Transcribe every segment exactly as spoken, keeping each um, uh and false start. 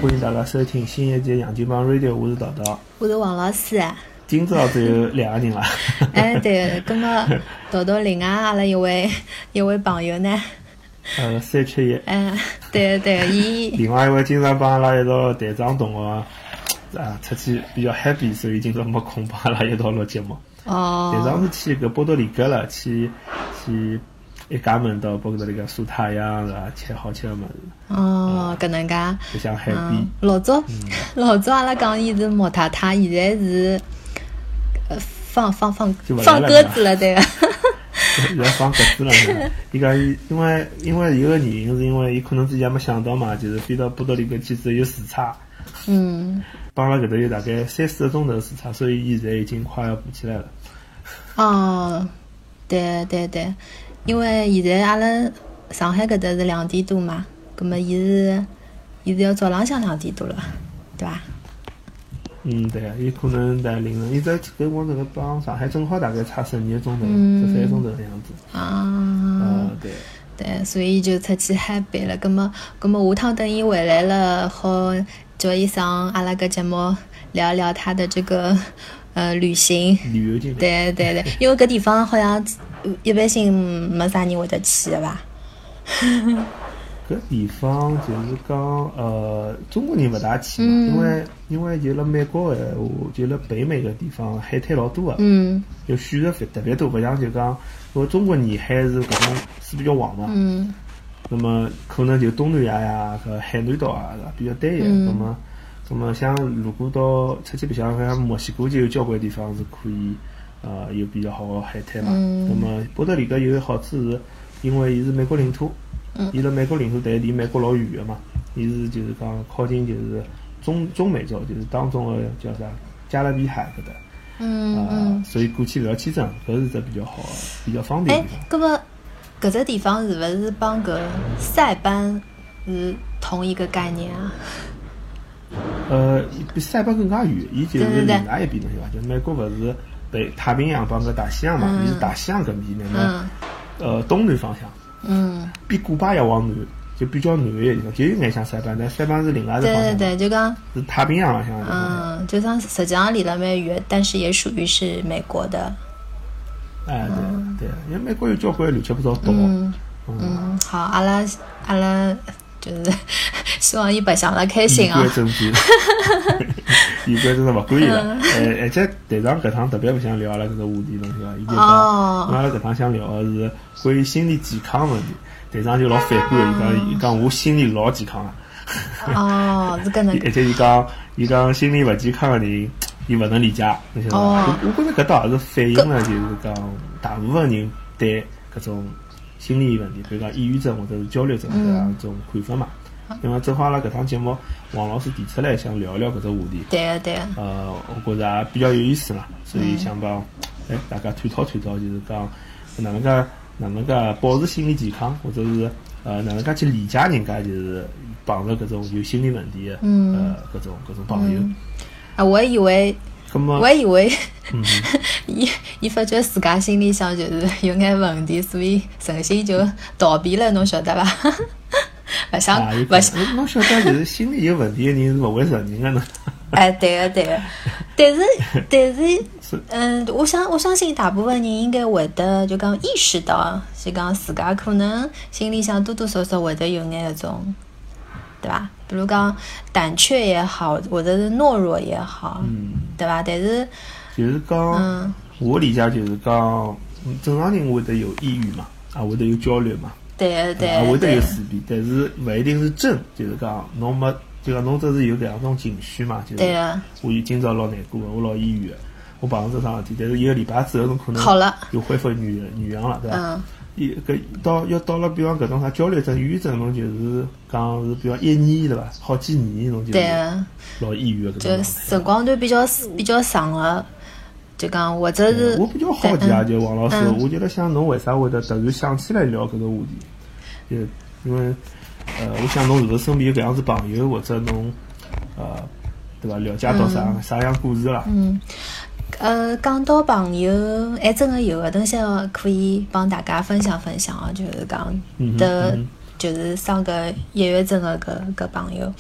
欢迎大家收听新一期杨金帮 Radio， 我是道道， 我是王老师啊。 今朝只有两个人了。 哎，对，那么道道另外阿拉一位一位朋友呢？ 呃，三缺一。 嗯，对对，伊。 另外一位经常帮阿拉一道队长同学啊，出去比较 happy， 所以今朝没空帮阿拉一道录节目。 哦。 队长是去个波多黎各了，去去。一家门到包括那个晒太阳是吧？吃好吃的么子。 哦，搿能介。 就像海边。 老早，老早阿拉讲伊是毛太太，现在是呃放放放放鸽子了，对个。 现在放鸽子了。伊讲伊因为因为有个原因，是因为伊可能之前没想到嘛，就是飞到波多黎各去之后有时差。 嗯。 帮了搿头有大概三四个钟头时差，所以伊现在已经快要补起来了。 哦，对对对。因为现在阿拉上海搿搭是两点多嘛，葛末伊是伊是要早浪向两点多了，对伐？ 嗯，对啊，伊可能在凌晨，伊在跟我这个帮上海正好大概差十二个钟头，十三个钟头的样子。 啊， 呃，对。 对，所以就出去海边了。葛末葛末下趟等伊回来了，好叫伊上阿拉个节目聊聊他的这个呃旅行。 旅游经历。 对对对，因为搿地方好像。一般性没啥人会得去的吧？ 搿地方就是讲，呃，中国人勿大去嘛， 嗯、 因为因为就辣美国个闲话，就辣北美个地方海滩老多个， 嗯， 就选择特别多，勿像就讲，因为中国沿海是搿种水比较黄嘛， 嗯， 那么可能就东南亚呀、搿海南岛啊比较单一， 嗯、 那么那么像如果到出去白相，像墨西哥就有交关地方是可以。呃，有比较好的海滩嘛。 嗯、 那么波多黎各有个好处是，因为伊是美国领土，伊辣、嗯、美国领土，但离美国老远个嘛。伊是就是讲靠近就是中中美洲，就是当中的叫啥加勒比海搿搭。 嗯呃、 嗯。 所以过去勿要签证，搿是只比较好、比较方便的地方。 哎，搿么搿只地方是勿是帮搿塞班是同一个概念啊？ 呃，比塞班更加远，伊就是另外一边的，对伐？就美国勿是。北太平洋帮个大西洋嘛，伊、嗯、是大西洋搿边的嘛，嗯、呃东南方向， 嗯， 比古巴要往南，就比较南个地方，就有眼像塞班，但塞班是另外一个方向。 对对对，就讲是太平洋向的。 嗯，就讲实际上离了蛮远，但是也属于是美国的。 哎，对、嗯、对，因为美国有交关乱七八糟岛。 嗯嗯，嗯好，阿拉阿拉就是希望伊白相了开心啊。 言归正传。言归正传勿管伊了，哎，而且队长搿趟特别勿想聊阿拉搿个话题，侬晓得伐？伊就讲，阿拉搿趟想聊个是关于心理健康问题。队长就老反感，伊讲伊讲我心理老健康个。 哦，是搿能。 而且伊讲伊讲心理勿健康个人，伊勿能理解，侬晓得伐？我我觉着搿倒也是反映了，就是讲大部分人对搿种心理问题，比如讲抑郁症或者是焦虑症搿样种看法嘛。因为正好阿拉搿趟节目，王老师提出来想聊一聊搿只话题。 对个对个。 呃，我觉着也比较有意思嘛，所以想帮哎大家探讨探讨，就是讲哪能介哪能介保持心理健康，或者是呃哪能介去理解人家就是碰着搿种有心理问题的、嗯、呃搿种搿种朋友。 嗯、啊，我以为，我以为，伊伊发觉自家心里向就是有眼问题，所以存心就逃避了，侬晓得伐？勿想，勿想，侬晓得就是心理有问题的人是勿会承认的呢。 哎，对个对个，但是但是，嗯，我想我相信大部分人应该会得就讲意识到，就讲自家可能心里向多多少少会得有眼搿种，对伐？比如讲胆怯也好，或者是懦弱也好，嗯，对伐？但是就是讲，嗯，我理解就是讲，正常人会得有抑郁嘛，啊，会得有焦虑嘛。 对对， 也会得有自闭，但是勿一定是真，就是讲侬没，就讲侬只是有搿样种情绪嘛，就是。我今朝老难过，我老抑郁，我碰上这桩事体，但是一个礼拜之后侬可能好了， 又恢复原原样了，对伐？ 嗯。 伊搿到要到了，比方搿种啥焦虑症、抑郁症，侬就是讲是比方一年对伐？好几年侬就是老抑郁的搿种。 就辰光段比较比较长了。就讲或者是， 我比较好奇啊，就王老师，嗯、我觉得像侬为啥会得突然想起来聊搿个话题？就因为呃，我想侬是不是身边有搿样子朋友，或者侬呃，对伐？了解到啥、嗯、啥样故事啦？ 嗯，呃，讲到朋友，还真的有个东西可以帮大家分享分享啊，就是讲的，就是生个抑郁症的搿搿朋友。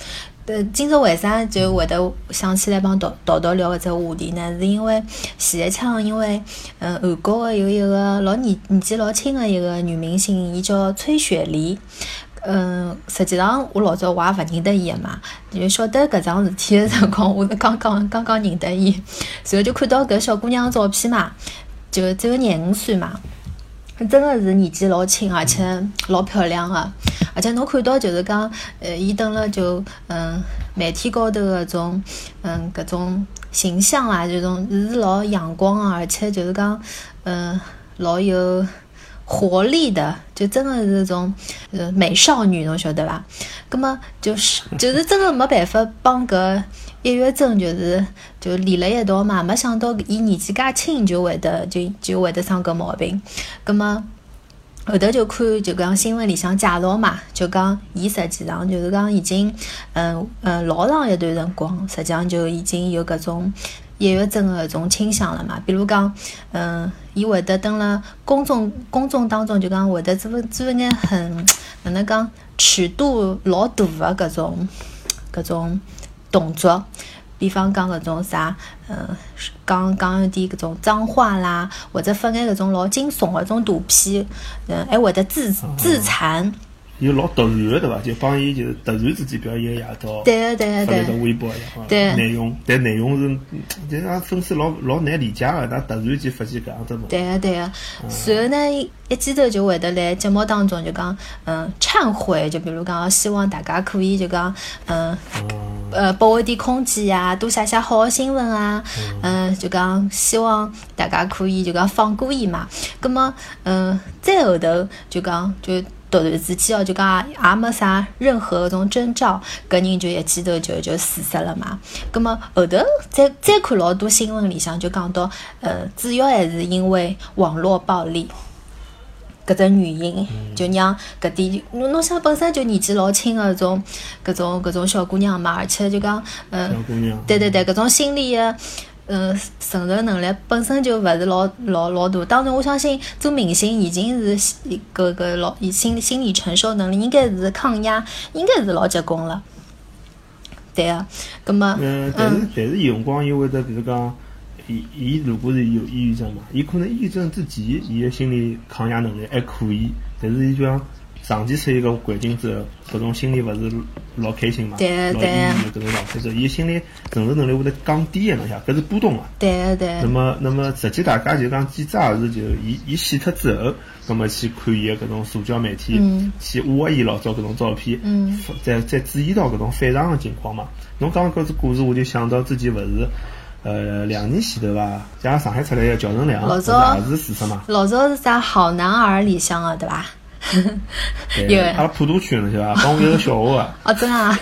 呃，今朝为啥就会得想起来帮导导导聊搿只话题呢？是因为前一腔，因为嗯，韩国个有一个老年年纪老轻个一个女明星，伊叫崔雪梨。嗯，实际上我老早我也勿认得伊个嘛，就晓得搿桩事体个辰光，我是刚刚刚刚认得伊，然后就看到搿小姑娘个照片嘛，就只有廿五岁嘛。真的是年纪老轻，而且老漂亮的，而且侬看到就是讲，呃，伊等了就嗯媒体高头搿种嗯搿种形象啊，这种是老阳光啊，而且就是讲嗯老有活力的，就真的是这种呃美少女，侬晓得伐？葛么就是就是真的没办法帮搿抑郁症就是就连了一道嘛，没想到伊年纪介轻就会得就就会得生搿毛病。葛么后头就看就讲新闻里向介绍嘛，就讲伊实际上就是讲已经嗯嗯老长一段辰光，实际上就已经有搿种抑郁症的搿种倾向了嘛。比如讲嗯伊会得登了公众公众当中就讲会得做做眼很哪能讲尺度老大的搿种搿种动作，比方讲搿种啥，嗯，讲讲一点搿种脏话啦，或者发眼搿种老惊悚的搿种图片，嗯，还会得自自残。 有老突然的对伐？就帮伊就是突然之间表演夜到， 对对对发到微博呀， 对内容，但内容是就让粉丝老老难理解的，但突然间发现搿样子嘛。 对个对个，然后呢，一记头就会得来节目当中就讲，嗯，忏悔，就比如讲希望大家可以就讲，嗯，呃，拨我点空间呀，多写写好的新闻啊，嗯，就讲希望大家可以就讲放过伊嘛。葛么，嗯，再后头就讲就。突然之间哦，就讲也没啥任何搿种征兆，搿人就一记头就就死死了嘛。葛么后头再再看老多新闻里向就讲到，呃，主要还是因为网络暴力搿只原因，就让搿点侬侬想本身就年纪老轻个搿种搿种搿种小姑娘嘛，而且就讲，嗯、呃，对对对，搿种心理个。嗯，承受能力本身就勿是老老老大。当然，我相信做明星已经是一个个老心心理承受能力应该是抗压，应该是老结棍了。对啊，葛么， 嗯，但是但是有辰光伊会得，比如讲，伊伊如果是有抑郁症嘛，伊可能抑郁症之前，伊个心理抗压能力还可以，但是伊就像长期处于一个环境之后，搿种心理勿是老开心嘛， 对老抑对郁搿种状态之后，伊心理承受能力会得降低个，侬想，搿是波动个。 对对。 那么，那么实际大家就讲记者也是就伊伊死脱之后，那么去看伊个搿种社交媒体， 嗯、 去挖伊老早搿种照片， 嗯、 再再注意到搿种反常个情况嘛。侬讲搿只故事，我就想到之前勿是。呃，两年前头吧，像上海出来个乔成亮， 老早也是死脱嘛。 老早是啥好男儿里向个对伐？ 对，阿拉普陀区侬晓得伐？帮我有个小学个。 哦，真啊。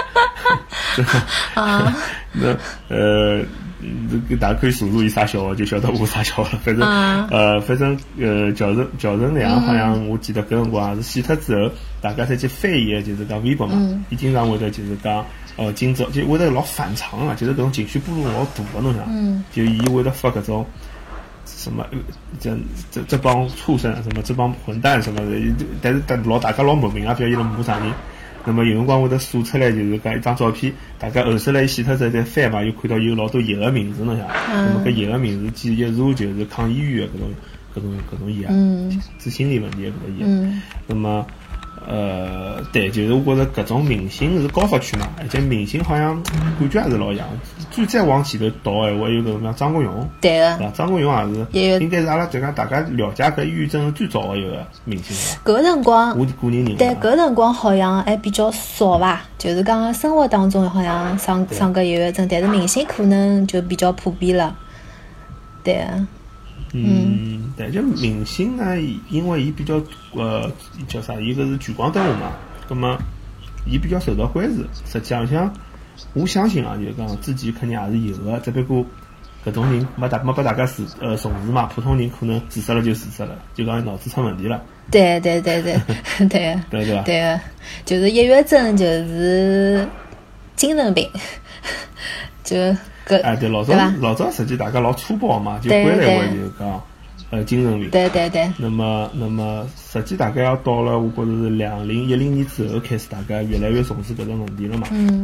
啊。 那呃，这大家可以数数伊啥小学，就晓得我啥小学了。反正、啊、呃，反正呃，乔成乔成亮好像我记得搿辰光也是死脱之后，大家再去翻伊个就是讲微博嘛，伊、嗯、经常会得就是讲。哦，今朝就会得老反常啊，就是搿种情绪波动老大个，侬想，嗯、就伊会得发搿种什么，这这这帮畜生，什么这帮混蛋什么的，但是但老大家老莫名啊，不晓得伊辣骂啥人。那么有辰光会得数出来，就是讲一张照片，大家后首来伊死脱之后再翻嘛，又看到有老多药个名字，侬想，嗯、那么搿药个名字记一查就是抗抑郁个搿种搿种搿种药，嗯，治心理问题个搿种药，嗯，那么。呃，对，就是我觉着搿种明星是高发区嘛，而且明星好像感觉也是老像。最再往前头倒闲话，还有搿种像张国荣， 对个， 对张国荣也是，应该是阿拉就讲大家了解搿抑郁症最早个一个明星了。 搿辰光， 我个人认为， 对搿辰光好像还比较少伐，就是讲生活当中好像生生个抑郁症，但是明星可能就比较普遍了，对个。 嗯，但就明星呢，因为伊比较呃叫啥，伊个是聚光灯嘛，葛么伊比较受到关注。实际上像我相信啊，就是讲自己肯定也是有的，只不过搿种人没大没把大家视呃重视嘛，普通人可能自杀了就自杀了，就讲脑子出问题了。 对对对对对对对吧？ 对，就是抑郁症就是精神病，就。 哎，对，老早老早实际大家老粗暴嘛，就归类为就是讲，呃，精神病。 对对对。 那么，那么实际大概要到了，我觉着是两零一零年之后开始，大家越来越重视搿种问题了嘛。嗯。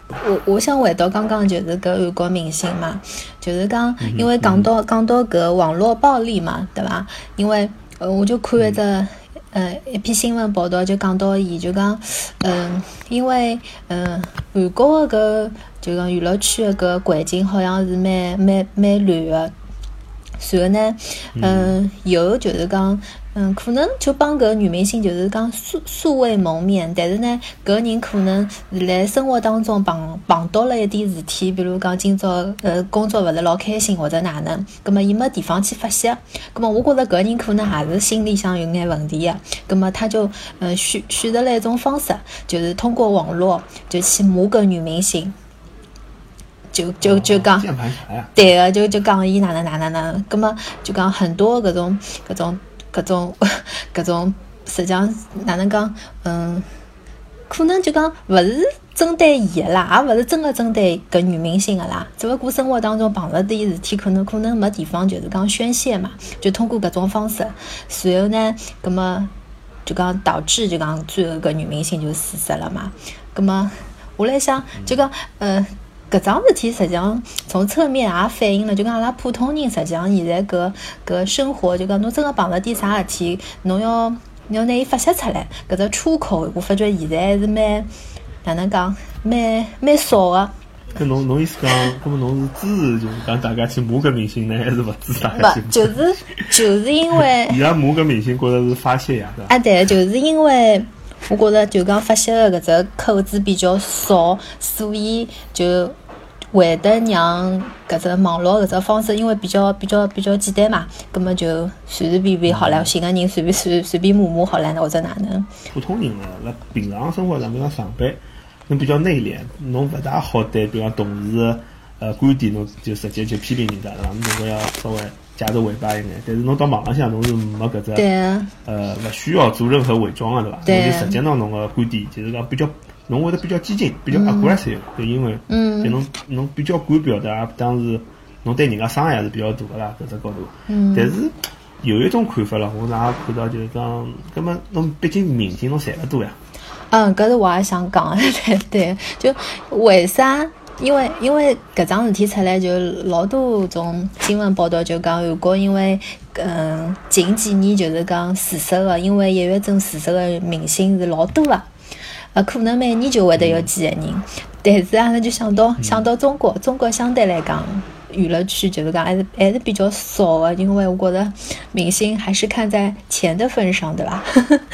我我想回到刚刚就是搿韩国明星嘛，就是讲因为讲到讲到搿网络暴力嘛，对伐？因为呃我就看一只呃一篇新闻报道，就讲到伊就讲嗯、呃，因为嗯、呃、韩国的搿就讲娱乐圈的搿环境好像是蛮蛮蛮乱的。然后呢，嗯，有就是讲，嗯，可能就帮搿女明星就是讲素素未谋面，但是呢，搿人可能是辣生活当中碰碰到了一点事体，比如讲今朝呃工作勿是老开心或者哪能，葛末伊没地方去发泄，葛末我觉着搿人可能也是心里向有眼问题的，葛末他就呃选选择了一种方式，就是通过网络就去骂搿女明星。就就就讲，对个，就就讲伊哪能哪能哪能，葛么就讲很多搿种搿种搿种搿种，实际上哪能讲，嗯，可能就讲勿是针对伊个啦，也勿是真个针对搿女明星个啦，只不过生活当中碰着点事体，可能可能没地方就是讲宣泄嘛，就通过搿种方式，然后呢，葛么就讲导致就讲最后搿女明星就死死了嘛，葛么我来想就讲，呃。搿桩事体实际上从侧面也反映了，就讲阿拉普通人实际上现在搿搿生活，就讲侬真个碰着点啥事体，侬要侬要拿伊发泄出来，搿只出口，我发觉现在还是蛮哪能讲，蛮蛮少个。 搿侬侬意思讲，搿么侬是支持就是讲大家去骂搿明星呢，还是勿支持大家去？ 不，就是就是因为伊拉骂搿明星，觉着是发泄呀，对伐？啊，对，就是因为。我觉着就讲发泄的搿只口子比较少，所以就会得让搿只网络搿只方式，因为比较比较比较简单嘛，葛么就随随便便好了，寻个人随便随随便骂骂好了，或者哪能？ 普通人呢，辣平常生活上，比如讲上班，侬比较内敛，侬勿大好对，比如讲同事呃观点，侬就直接去批评人家，对伐？侬总归要稍微夹着尾巴一眼，但是侬到网浪向侬是没搿只呃勿需要做任何伪装个，对伐？侬就直接拿侬个观点，就是讲比较侬会得比较激进，比较 aggressive，就因为就侬侬比较敢表达，当时侬对人家伤害还是比较大个啦，搿只角度。嗯。但是有一种看法了，我也看到就是讲，葛末侬毕竟明星侬赚得多呀。 嗯，搿是我也想讲，对对，就为啥？因为因为搿桩事体出来，就老多种新闻报道就讲韩国因为嗯近几年就是讲自杀的，因为抑郁症自杀的明星是老多的，呃可能每年就会得有几个人，但是阿拉就想到、嗯、想到中国，中国相对来讲娱乐区就是讲还是还是比较少的，因为我觉得明星还是看在钱的份上，对吧？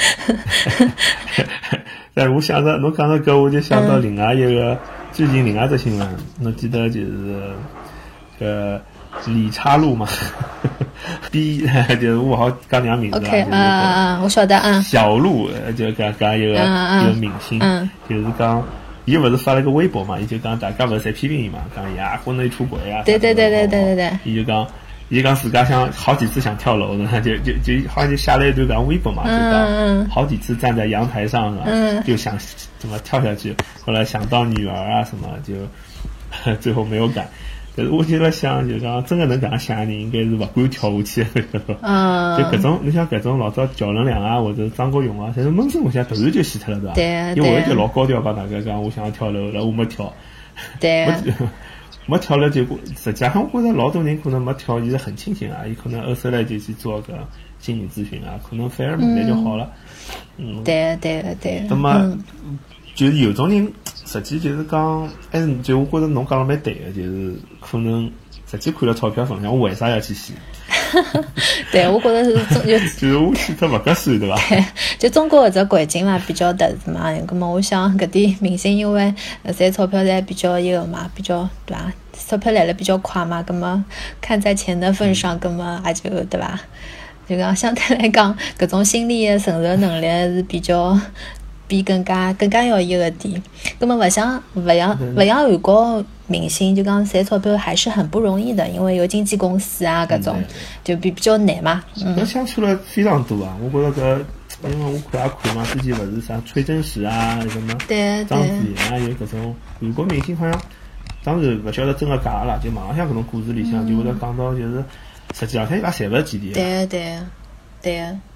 但我想着侬讲到搿，我就想到另外一个。嗯最近另外一只新闻，侬记得就是个李岔路嘛？B 就是我好讲人家名字啊。 OK， 啊啊啊，我晓得啊。 小鹿就讲讲一个一个明星，就是讲伊勿是发了个微博嘛，伊就讲大家勿是在批评伊嘛，讲伊啊婚内出轨啊。 对对对对对对对。 伊就讲。伊讲自家想好几次想跳楼的，就就就好像就下了一段讲微博嘛，就讲好几次站在阳台上啊，嗯、就想怎么跳下去，后来想到女儿啊什么，就最后没有敢。但是我就在想，就讲真的能搿样想的人，应该是勿敢跳下去的，对伐？嗯。就搿种，你像搿种老早乔任梁啊，或者张国荣啊，侪是闷声下突然就死脱了，对伐？ 对。 因为我就老高调帮大家讲，我想要跳楼，然后我没跳。 对。 没跳了，结果实际上我觉着老多人可能没跳，伊是很庆幸啊，伊可能后首来就去做个心理咨询啊，可能反而慢慢就好了。嗯， 对对对。 那么、嗯、就是有种人，实际就是讲，还是就我觉着侬讲了蛮对的，就是可能实际看了钞票份上，我为啥要去死？ 对，我觉得是中就就是我死脱勿合算，对伐？ 对，就中国搿只环境嘛比较特殊嘛，咁么我想搿点明星因为赚钞票侪比较一个嘛，比较对伐？钞票来了比较快嘛，咁么看在钱的份上，咁么也就对伐？就讲相对来讲，搿种心理的承受能力是比较比更加更加要一个点。咁么勿像勿像勿像韩国明星，就讲赚钞票还是很不容易的，因为有经纪公司啊，搿种就比比较难嘛。 嗯，相处了非常多啊，我觉着搿，因为我看也看嘛，之前勿是啥崔真实啊，什么张子妍啊，有搿种韩国明星好像，当然勿晓得真个假啦，就网浪向搿种故事里向就会得讲到，就是实际上向伊拉赚勿是几钿。 对对对。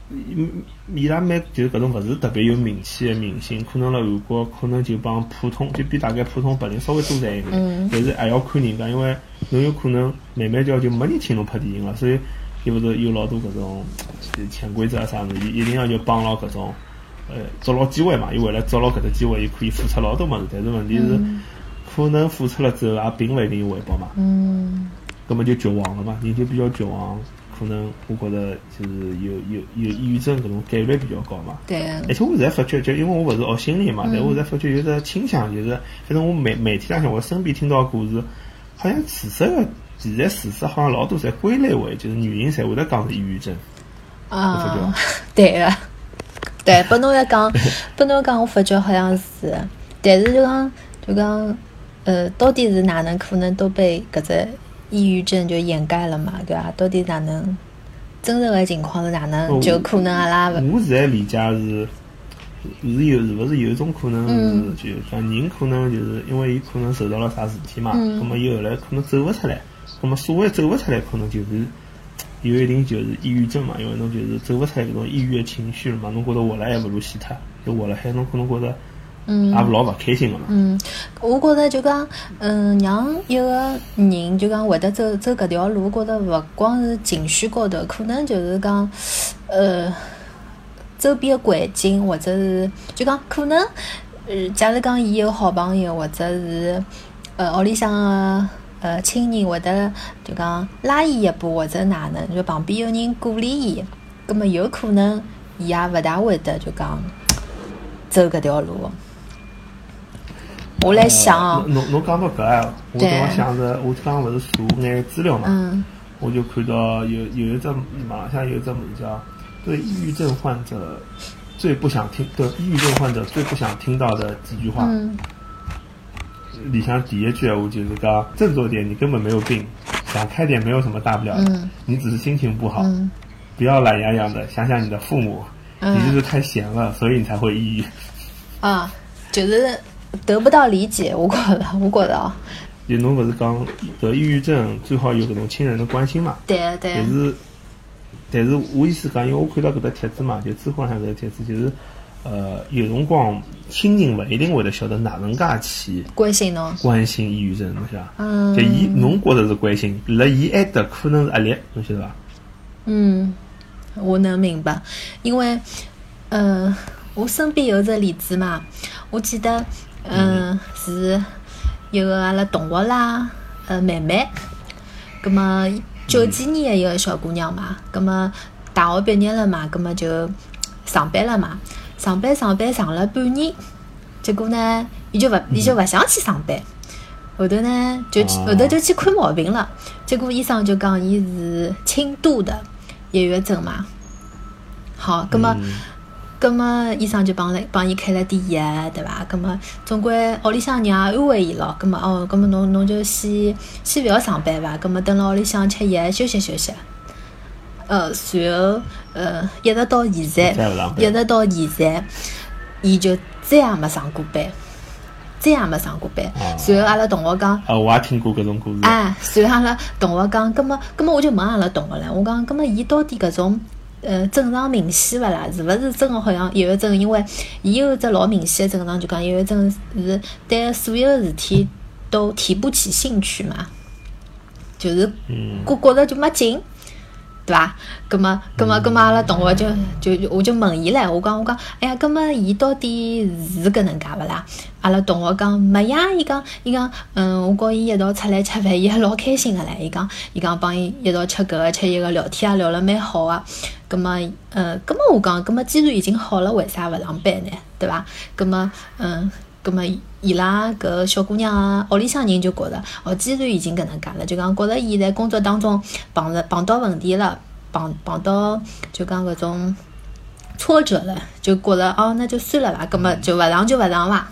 伊拉蛮就是搿种勿是特别有名气的明星，可能辣韩国可能就帮普通就比大概普通白领稍微多赚一点，嗯、但是还要看人家，因为侬有可能慢慢叫就没人请侬拍电影了，所以又勿是有老多搿种潜规则啊啥物事，一定要就帮牢搿种呃捉牢机会嘛，伊为了捉牢搿只机会，伊可以付出老多物事，但是问题是、嗯、可能付出了之后也并勿一定有回报嘛，嗯，搿么就绝望了嘛，人就比较绝望。可能我觉得就是有有有抑郁症搿种概率比较高嘛。 对。 而且我现在发觉，就因为我勿是学心理嘛，嗯、但我现在发觉有只倾向，就是反正我媒媒体上向我身边听到的故事，好像事实个现在事实好像老多侪归类为就是女人侪会得讲是抑郁症。 啊，对个，对，拨侬要讲，拨侬讲，我发觉好像是，但是就讲就讲，呃，到底是哪能可能都被搿只抑郁症就掩盖了嘛，对吧？到底哪能真实的情况是哪能？就可能阿拉我现在理解是是有是勿是有一种可能是、嗯、就讲人可能就是因为伊可能受到了啥事体嘛，那么伊后来可能走勿出来，那么所谓走勿出来可能就是有一定就是抑郁症嘛，因为侬就是走勿出来搿种抑郁的情绪了嘛，侬觉得活了还勿如死脱，就活了海侬可能觉得。嗯，也老勿开心个嘛。 嗯，我觉着就讲，嗯，让一个人就讲会得走走搿条路，觉得勿光是情绪高头，可能就是讲，呃，周边的环境或者是就讲可能，呃，假如讲伊有好朋友或者是呃屋里向个呃亲人会得就讲拉伊一把或者哪能，就旁边有人鼓励伊，葛末有可能伊也勿大会得就讲走搿条路。我来想， 侬侬讲到搿啊，我正好想着，我刚刚勿是查眼资料嘛，嗯、我就看到有有一只网上有一只物事叫对抑郁症患者最不想听对抑郁症患者最不想听到的几句话。嗯，里向第一句话就是讲振作点，你根本没有病，想开点没有什么大不了的，嗯、你只是心情不好，嗯、不要懒洋洋的，想想你的父母，嗯、你就是太闲了，所以你才会抑郁。 啊，就是。得不到理解，我觉得，我觉得啊， 就侬不是讲得抑郁症最好有搿种亲人的关心嘛？ 对对。 但是，但是我意思讲，因为我看到搿个帖子嘛，就知乎上搿个帖子，就是呃，有辰光亲人勿一定会得晓得哪能介去关心侬， 关心抑郁症，侬晓得伐？嗯。就伊侬觉得是关心，辣伊埃搭可能是压力，侬晓得伐？ 嗯，我能明白，因为，呃，我身边有个例子嘛，我记得。嗯，是一个阿拉同学啦，呃，妹妹，葛么九几年的一个小姑娘嘛，葛么大学毕业了嘛，葛么就上班了嘛，上班上班上了半年，结果呢，伊就勿伊就勿想去上班，后头呢就后头就去看毛病了，结果医生就讲伊是轻度的抑郁症嘛，好，葛么。咁么医生就帮了帮伊开了点药，对伐？咁么总归屋里向人也安慰伊咯。咁么哦，咁么侬侬就先先勿要上班伐？咁么等辣屋里向吃药休息休息。呃，随后呃一直到现在，一直到现在，伊就再也没上过班，再也没上过班。随后阿拉同学讲， 啊，我也听过搿种故事。 啊，随后阿拉同学讲，咁么咁么我就问阿拉同学了，我讲咁么伊到底搿种。呃，症状明显勿啦？是勿是真个好像抑郁症？因为伊有只老明显的症状，就讲抑郁症是对所有的事体都提不起兴趣嘛，就是觉觉着就没劲，对伐？葛么葛么葛么阿拉同学就就我就问伊唻，我讲我讲，哎呀，葛么伊到底是搿能介勿啦？阿拉同学讲没呀，伊讲伊讲，嗯，我跟伊一道出来吃饭，伊还老开心个唻。伊讲伊讲帮伊一道吃搿个吃伊个，聊天也聊了蛮好啊。葛么，呃，葛么我讲，葛么既然已经好了，为啥勿上班呢？对伐？葛么，嗯，葛么伊拉搿小姑娘啊，屋里向人就觉得，哦，既然已经搿能介了，就讲觉着伊在工作当中碰着碰到问题了，碰碰到就讲搿种挫折了，就觉着哦，那就算了伐，葛么就勿上就勿上伐。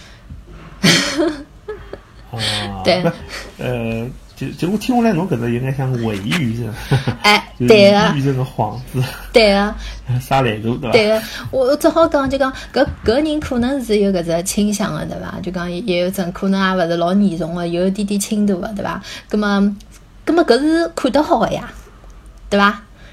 啊， 对， 呃，就就我听下来，侬搿只有眼像伪抑郁症， 哎，对个，抑郁症个幌子， 对个， 啥来头对伐？ 对个，我只好讲就讲搿搿人可能是有搿只倾向个，对伐？就讲抑郁症可能也勿是老严重个，有一点点轻度个，对伐？葛么，葛么搿是看得好个呀，对伐？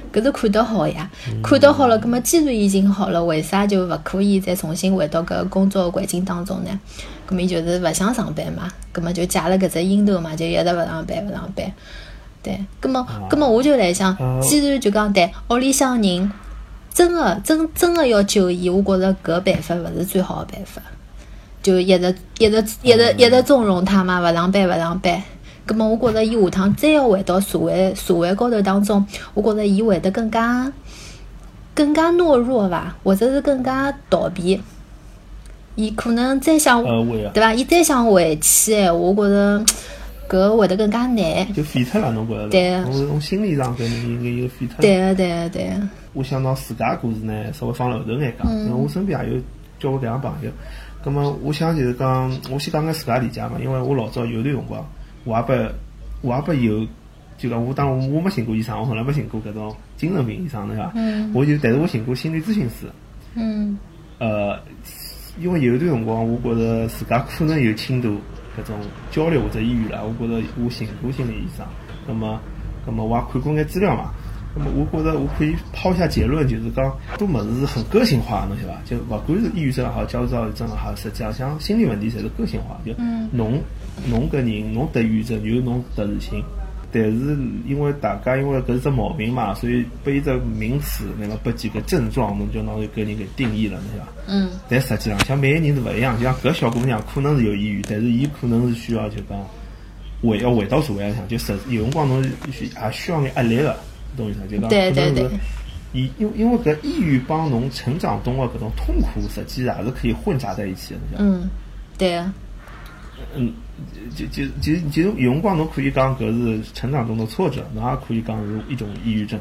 搿是看得好呀，看得好了，葛末既然已经好了，为啥就勿可以再重新回到搿工作环境当中呢？葛末伊就是勿想上班嘛，葛末就借了搿只因头嘛，就一直勿上班勿上班。对，葛末葛末我就来想，既然就讲对屋里向人真个真真个要救伊，我觉着搿办法勿是最好的办法，就一直一直一直一直纵容他嘛，勿上班勿上班。咁么，我觉着伊下趟再要回到社会社会高头当中，我觉着伊会得更加更加懦弱伐，或者是更加逃避。伊可能再想， 呃、 对伐？伊再想回去闲话，我觉着搿会得更加难。 就废脱了，侬觉着？ 对。 侬从心理上搿人应该有废脱。 对个，对个，对个。 我想到自家故事呢，稍微放后头眼讲，因为我身边也有交过搿样朋友。咁么，我想就是讲，我先讲讲自家理解嘛，因为我老早有段辰光。我也不，我也不有，就讲我当我我没寻过医生，我从来没寻过搿种精神病医生，对伐？嗯。我就，但是我寻过心理咨询师。 嗯。 呃，因为有一段辰光，我觉着自家可能有轻度搿种焦虑或者抑郁了，我觉着我寻过心理医生。那么，那么我也看过眼资料嘛。那么我觉着我可以抛下结论，就是讲，多物事是很个性化的，侬晓得伐？就勿管是抑郁症也好，焦虑症也好，实际上像心理问题侪是个性化，就侬。侬搿人，侬得抑郁症有侬特殊性，但是因为大家因为搿是只毛病嘛，所以拨一只名词，那么拨几个症状，侬就拿搿人给定义了，侬晓得伐？嗯。但实际上，像每个人是勿一样，就像搿小姑娘可能是有抑郁，但是伊可能是需要就讲回要回到社会上，就实有辰光侬需也需要眼压力个，懂意思？就讲对对对。 伊因因为搿抑郁帮侬成长中的搿种痛苦，实际也是可以混杂在一起的，侬晓得？ 嗯，对啊。 嗯。就就其实其实有辰光侬可以讲搿是成长中的挫折，侬也可以讲是一种抑郁症。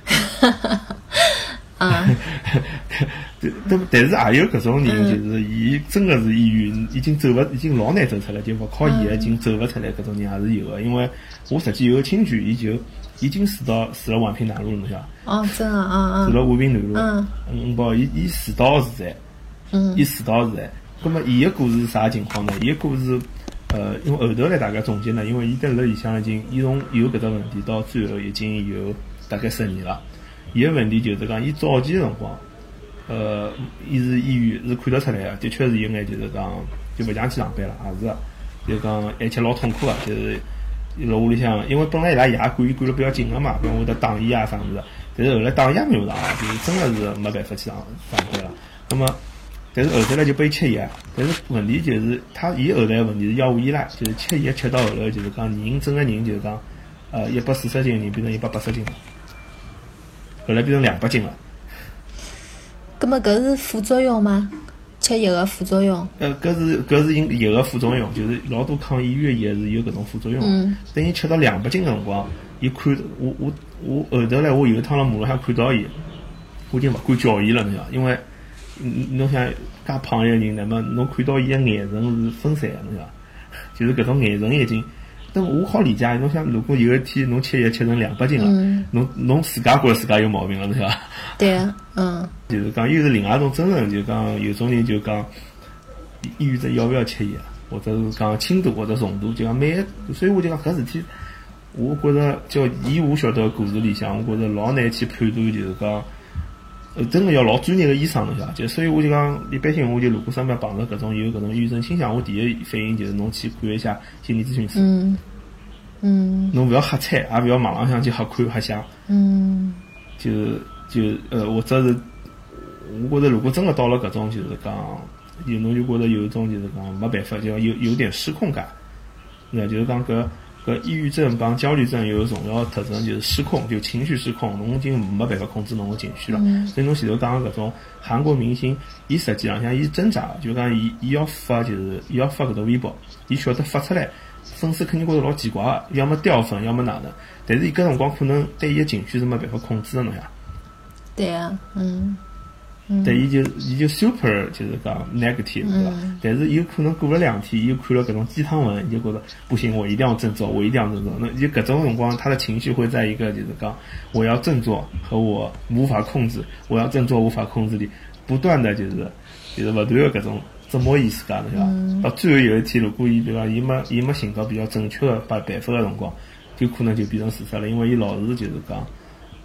啊， 对，但是也有搿种人，就是伊真的是抑郁，已经走勿，已经老难走出来，就勿靠伊已经走勿出来，搿种人也是有的。因为我实际有个亲戚，伊就已经住到住了宛平南路了，侬晓得？ 哦，真的啊啊！ 住了宛平南路， 嗯， 嗯，不，伊伊住到现在，嗯，伊住到现在。葛末伊个故事是啥情况呢？伊个故事。呃，因为后头来大家总结呢，因为伊在辣里向已经，伊从有搿只问题到最后已经有大概十年了。伊个问题就是讲，伊早期个辰光，呃，伊是抑郁是看得出来个，的确是有眼就是讲就勿想去上班了，也是，就讲而且老痛苦个，就是辣屋里向，因为本来伊拉爷管伊管了比较紧个嘛，比如会得打伊啊啥物事，但是后来打伊也没有打，就是真个是没办法去上上班了。那么。但是后头来就拨伊吃药，但是问题就是他伊后来问题是药物依赖，就是吃药吃到后头就是讲人整个人就是讲，呃一百四十斤的人变成一百八十斤了，后来变成两百斤了。 咁么搿是副作用吗？吃药个副作用？ 呃，搿是搿是因药个副作用，就是老多抗抑郁药是有搿种副作用。嗯。等伊吃到两百斤个辰光，伊看我我我后头来我有一趟辣马路上看到伊，我已经勿敢叫伊了，侬晓得，因为。侬想介胖一个人，那么侬看到伊个眼神是分散的，侬晓得，就是搿种眼神已经。但我好理解，侬想如果有一天侬吃药吃成两百斤了，侬侬自家觉着自家有毛病了，侬晓得？ 对啊，嗯。就是讲又是另外一种真人，就讲有种人就讲抑郁症要不要吃药，或者是讲轻度或者重度，就讲每，所以我就讲搿事体，我觉着叫以我晓得个故事里向，我觉着老难去判断，就是讲。呃，真的要老专业的医生侬晓得，就所以我就讲，一般性我就如果身边碰到搿种有搿种抑郁症倾向，我第一反应就是侬去看一下心理咨询师。 嗯。嗯。 侬勿要瞎猜，也勿要网浪向去瞎看瞎想。 嗯。 就就呃，或者是，我觉着如果真的到了搿种，就是讲，有侬就觉着有一种就是讲没办法，就有有点失控感，对，就是讲搿。搿抑郁症帮焦虑症有重要的特征，就是失控，就情绪失控，侬已经没办法控制侬个情绪了。嗯、所以侬前头讲个搿种韩国明星，伊实际上像伊挣扎，就讲伊伊要发就是伊要发搿种微博，伊晓得发出来，粉丝肯定觉着老奇怪个，要么掉粉，要么哪能。但是伊搿辰光可能对伊个情绪是没办法控制的，侬呀。 对啊，嗯。 但伊就伊就 super 就是讲 negative 对吧？嗯、但是有可能过了两天，又看了搿种鸡汤文，伊就觉得不行，我一定要振作，我一定要振作。那就搿种辰光，他的情绪会在一个就是讲我要振作和我无法控制，我要振作无法控制里不断的就是就是勿断的搿种折磨伊自家，对吧？嗯、到最后有一天，如果伊对伐，伊没伊没寻到比较正确的办办法的辰光，就可能就变成自杀了，因为伊老是就是讲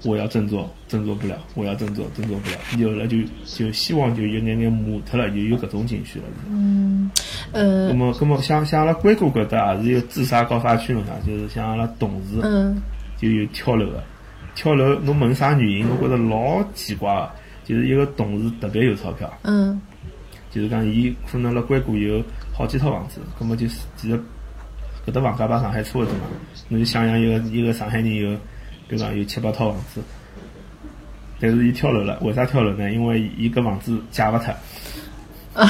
我要振作，振作不了，我要振作，振作不了，有了就就希望就有眼眼麻脱了，就有搿种情绪了。 嗯，呃， 那么，那么像像阿拉关谷搿搭也是有自杀高发区嘛，就是像阿拉同事， 嗯， 就有跳楼的，跳楼侬问啥原因，我觉着老奇怪个，就是一个同事特别有钞票， 嗯， 就是讲伊可能辣关谷有好几套房子，那么就是其实搿搭房价帮上海差勿多嘛，侬就想象一个一个上海人有。比如讲有七八套房子，但是伊跳楼了，为啥跳楼呢？因为伊搿房子借勿脱，啊，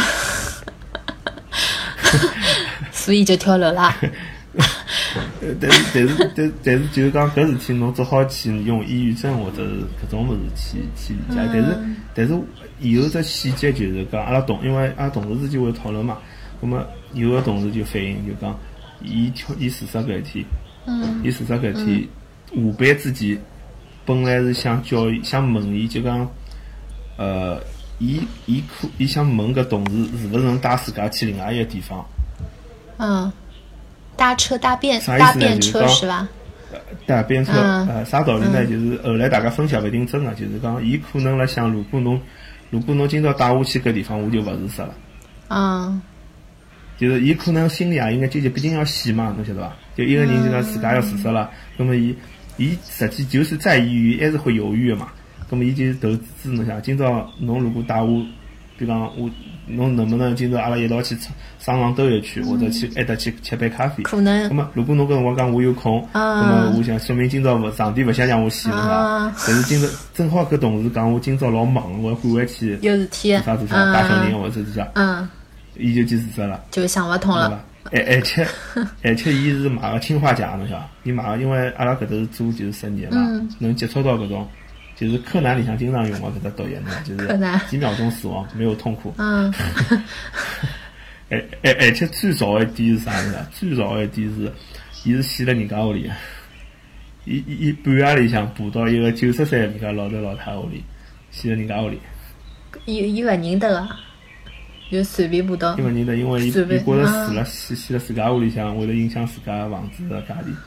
所以就跳楼啦。 但是但是但但是就是讲搿事体，侬只好去用抑郁症或者是搿种物事去去理解。但是但是有只细节就是讲，阿拉同因为阿拉同事之间会讨论嘛，那么有个同事就反映就讲，伊跳伊自杀搿一天，嗯，伊自杀搿一天。嗯下班之前，本来是想叫伊，想问伊，就讲，呃，伊伊可，伊想问搿同事是勿是能带自家去另外一个地方。 嗯，搭车搭便搭便车是吧？ 搭便车，嗯、呃，啥道理呢？嗯、就是后来大家分析勿一定真个，就是讲，伊可能辣想，如果侬，如果侬今朝带我去搿地方，我就勿自杀了。 嗯。 就是伊可能心里也应该纠结，毕竟要死嘛，侬晓得伐？就一个人就讲自家要自杀了，那么伊。伊实际就是在于还是会犹豫的嘛，那么伊就投资侬想，今朝侬如果带我，比方我，侬能不能今朝阿拉一道去商场兜一圈，或者去挨得去吃杯咖啡？ 可能。 那么如果侬搿辰光讲我有空，那么我想说明今朝勿上帝勿想让我死了，但是今朝正好搿同事讲我今朝老忙，我要赶回去， 有事体， 做啥做啥，带小人或者是啥，嗯，伊就去自杀了， 就想勿通了。 而而且而且伊是买个氰化钾，侬晓得？伊买个，因为阿拉搿搭是做就是实验嘛，嗯、能接触到搿种，就是柯南里向经常用个搿只毒液呢，就是几秒钟死亡，没有痛苦。嗯。而而而且最早一点是啥呢？最早一点是，伊是死辣人家屋里，伊伊伊半夜里向爬到一个九十岁人家老头老太屋里，死辣人家屋里。 伊伊勿认得个。就随便爬到， 因为认得，因为伊伊觉着死了死死了自家屋里向，会得影响自家房子个价钿。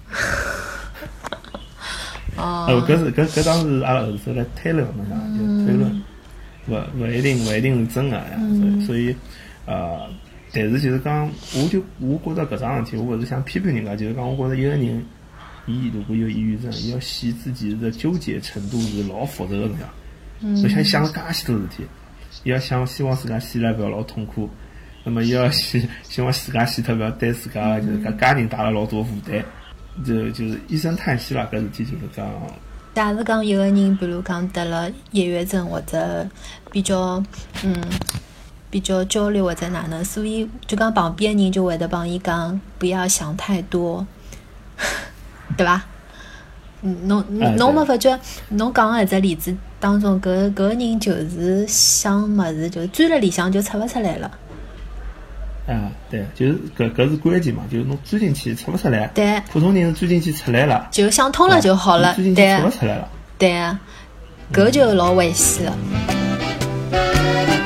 哦，哦，搿是搿搿当时阿拉后头来推论，侬想就推论，勿勿一定勿一定是真个呀。嗯、所以，呃，但是就是讲，我就我觉着搿桩事体，我勿是想批评人家，就是讲，我觉着一个人，伊如果有抑郁症，伊要死自己的纠结程度是老复杂个，侬想，嗯，而且想了介许多事体。伊要想希望自家死了勿要老痛苦，那么伊要希希望自家死脱勿要对自家就是搿家人带了老多负担，就就是一声叹息啦。搿事体就是讲， 假如讲一个人，比如讲得了抑郁症或者比较嗯比较焦虑或者哪能，所以就讲旁边的人就会得帮伊讲不要想太多，对伐？侬侬没发觉？侬讲个搿只例子当中，搿搿个人就是想物事，就钻了里向就出勿出来了。 啊，对，就是搿搿是关键嘛，就是侬钻进去出勿出来。 对。 普通人是钻进去出来了。 就想通了就好了。 钻进去出勿出来了。 对啊，搿就老危险了。